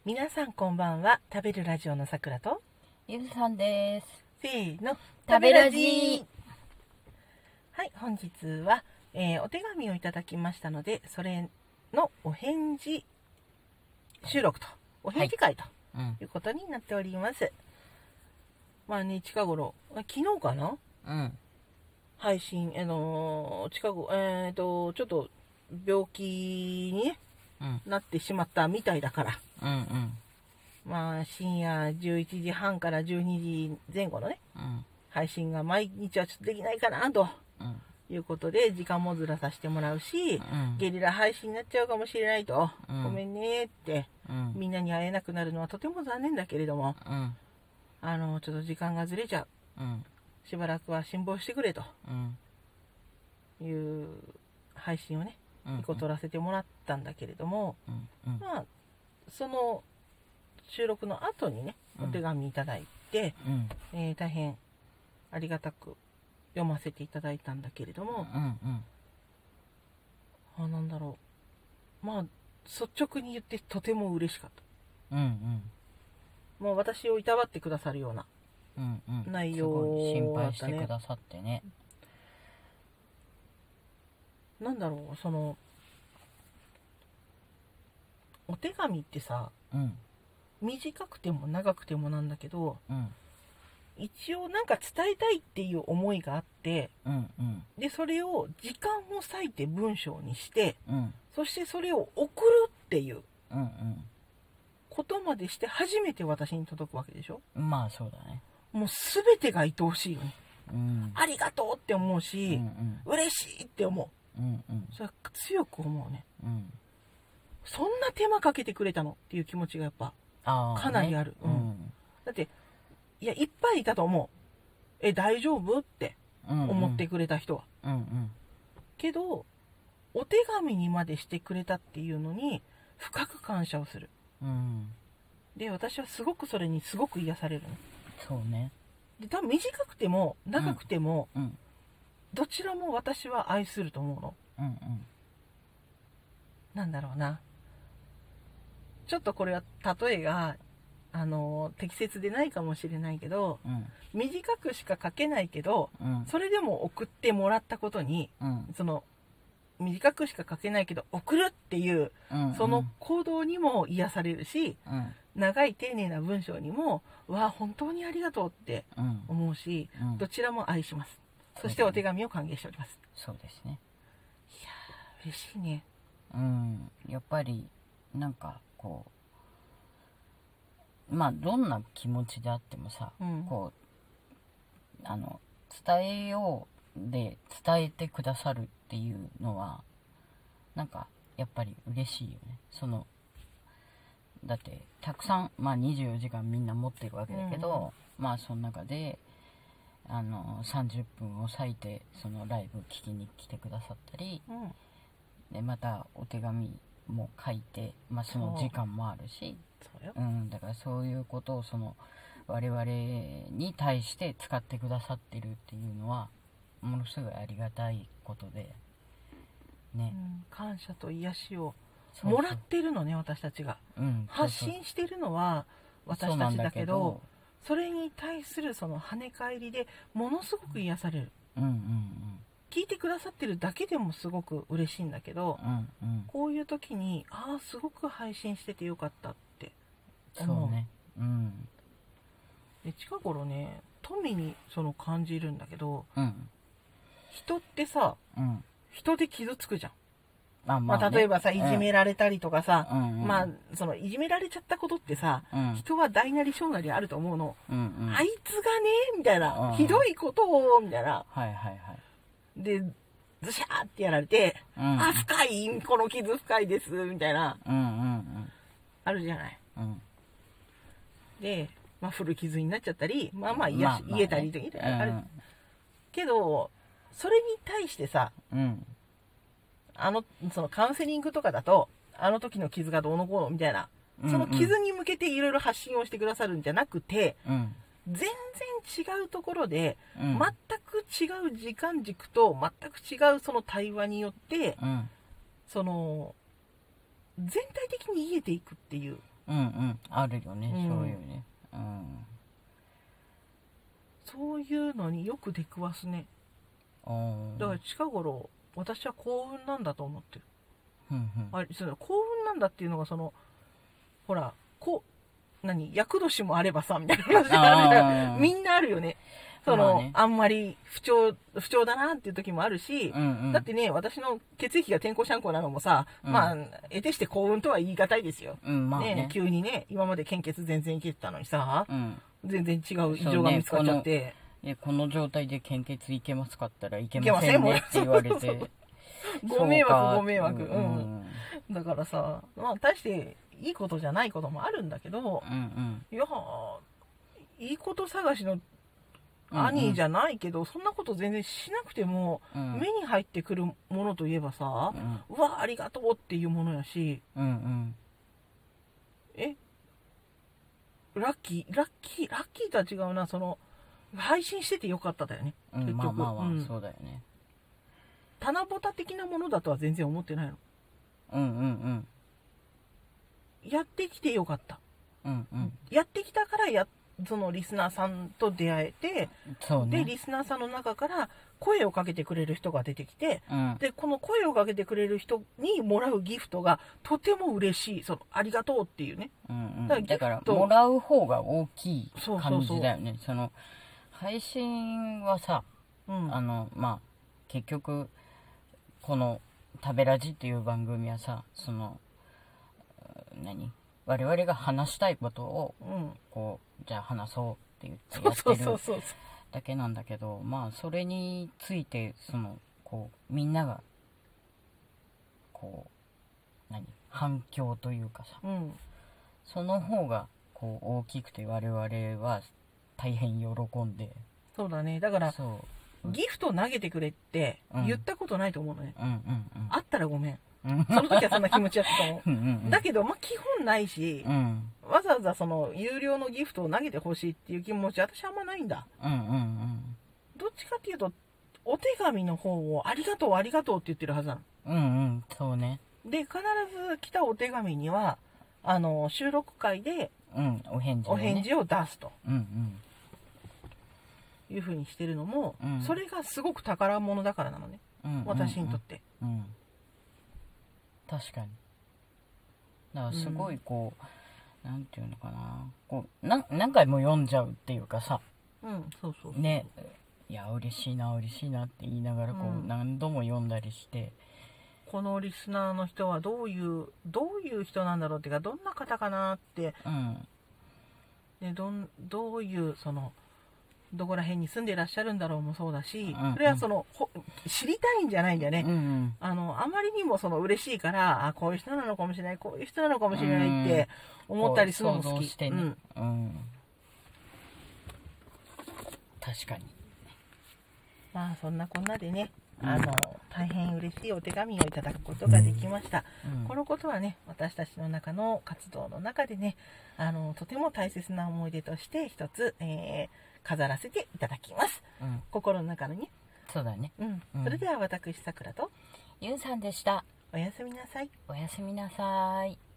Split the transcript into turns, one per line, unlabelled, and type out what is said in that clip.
皆さんこんばんは。食べるラジオのさくらと
ゆずさんです。
せーの、
食べラジ。
はい、本日は、お手紙をいただきましたので、それのお返事収録とお返事会ということになっております。まあね、近頃、昨日かな、配信、近頃、ちょっと病気に、ねなってしまったみたいだから、まあ深夜11時半から12時前後のね、配信が毎日はちょっとできないかなということで、時間もずらさせてもらうし、ゲリラ配信になっちゃうかもしれないと、ごめんねって、みんなに会えなくなるのはとても残念だけれども、ちょっと時間がずれちゃう、しばらくは辛抱してくれという配信をね、一個撮らせてもらったんだけれども、まあその収録の後にね、お手紙いただいて、大変ありがたく読ませていただいたんだけれども、なんだろう、まあ率直に言ってとても嬉しかった。もう私をいたわってくださるような内容だったね。
心配してくださってね。
なんだろう、そのお手紙ってさ、短くても長くてもなんだけど、一応なんか伝えたいっていう思いがあって、でそれを時間を割いて文章にして、そしてそれを送るっていうことまでして初めて私に届くわけでしょ。
まあそうだね。
もう全てが愛おしいよね。ありがとうって思うし、嬉しいって思う。それは強く思うね。そんな手間かけてくれたのっていう気持ちがやっぱかなりある。だっていやいっぱいいたと思う。大丈夫って思ってくれた人は。けどお手紙にまでしてくれたっていうのに深く感謝をする。で私はすごくそれにすごく癒されるの。
そうね。
で多分短くても長くても、どちらも私は愛すると思うの。なんだろうな。ちょっとこれは例えが適切でないかもしれないけど、短くしか書けないけど、それでも送ってもらったことに、その短くしか書けないけど送るっていう、その行動にも癒されるし、長い丁寧な文章にもわあ本当にありがとうって思うし、どちらも愛します。そしてお手紙を歓迎しております。
そうですね。
いやー嬉しいね。
やっぱりなんかこう、まあどんな気持ちであってもさ、こう伝えようで伝えてくださるっていうのはなんかやっぱり嬉しいよね。だってたくさん、まあ、24時間みんな持ってるわけだけど、まあその中で30分を割いてそのライブ聞きに来てくださったり、でまたお手紙も書いて、まあ、その時間もあるし、だからそういうことを我々に対して使ってくださってるっていうのはものすごいありがたいことでね、
感謝と癒しをもらってるのね、私たちが、発信してるのは私たちだけど、それに対するその跳ね返りでものすごく癒される。聞いてくださってるだけでもすごく嬉しいんだけど、こういう時にすごく配信しててよかったって思う。
そうね。
で近頃ね富に感じるんだけど、人ってさ、人で傷つくじゃん。例えばさ、いじめられたりとかさ、いじめられちゃったことってさ、人は大なり小なりあると思うの。あいつがねみたいな、ひどいことをみたいな、でズシャーってやられて、深い、この傷深いですみたいな、あるじゃない。で、古傷になっちゃったり、癒えたりとかあるけど、それに対してさ、そのカウンセリングとかだと、あの時の傷がどうのこうのみたいな、その傷に向けていろいろ発信をしてくださるんじゃなくて、全然違うところで、全く違う時間軸と全く違うその対話によって、全体的に癒えていくっていう
うんうんあるよね、そういうね、
そういうのによく出くわすね。だから近頃私は幸運なんだと思ってる。その幸運なんだっていうのがほら厄年もあればさみたいな話があるじゃん。みんなあるよね。あんまり不調だなっていう時もあるし、だってね、私の血液が天候シャンコなのもさ、得てして幸運とは言い難いですよ。ね、急にね、今まで献血全然いけてたのにさ、全然違う異常が見つかっちゃって。
この状態で献血いけますかったらいけませんねって言われて。
ご迷惑。だからさ、大していいことじゃないこともあるんだけど、いや、いいこと探しの兄じゃないけど、そんなこと全然しなくても、目に入ってくるものといえばさ、うわありがとうっていうものやし、ラッキーとは違うな。配信しててよかっただよね、結局。
そうだよね。
棚ぼた的なものだとは全然思ってないの。やってきてよかった。やってきたからそのリスナーさんと出会えて、でリスナーさんの中から声をかけてくれる人が出てきて、でこの声をかけてくれる人にもらうギフトがとても嬉しい。ありがとうっていうね。
だからもらう方が大きい感じだよね。配信はさ、結局この食べラジっていう番組はさ、我々が話したいことを、じゃあ話そうって言ってやってるだけなんだけど、それについてみんなが反響というかさ、その方が大きくて我々は大変喜んで。
そうだね。だからギフト投げてくれって言ったことないと思うのね。あったらごめん。その時はそんな気持ちやったと思う。だけど基本ないし、わざわざ有料のギフトを投げてほしいっていう気持ち私あんまないんだ。どっちかっていうとお手紙の方をありがとうありがとうって言ってるはずな
の。そうね。
で必ず来たお手紙には収録会でお返事を出すと。いう風にしてるのも、それがすごく宝物だからなのね、私にとって。
確かに。だからすごいなんていうのかな、何回も読んじゃうっていうかさ、ね、いや嬉しいなって言いながら何度も読んだりして、
このリスナーの人はどういう人なんだろうっていうか、どんな方かなって、どういうどこら辺に住んでいらっしゃるんだろうもそうだし、それは知りたいんじゃないんだよね。あまりにも嬉しいから、こういう人なのかもしれない、こういう人なのかもしれないって思ったりするのも好き。確
かに。
そんなこんなでね、大変嬉しいお手紙をいただくことができました。このことはね、私たちの中の活動の中でね、とても大切な思い出として一つ、飾らせていただきます。心の中のね。
そうだね。
それでは私さくらと
ゆんさんでした。
おやすみなさい。
おやすみなさい。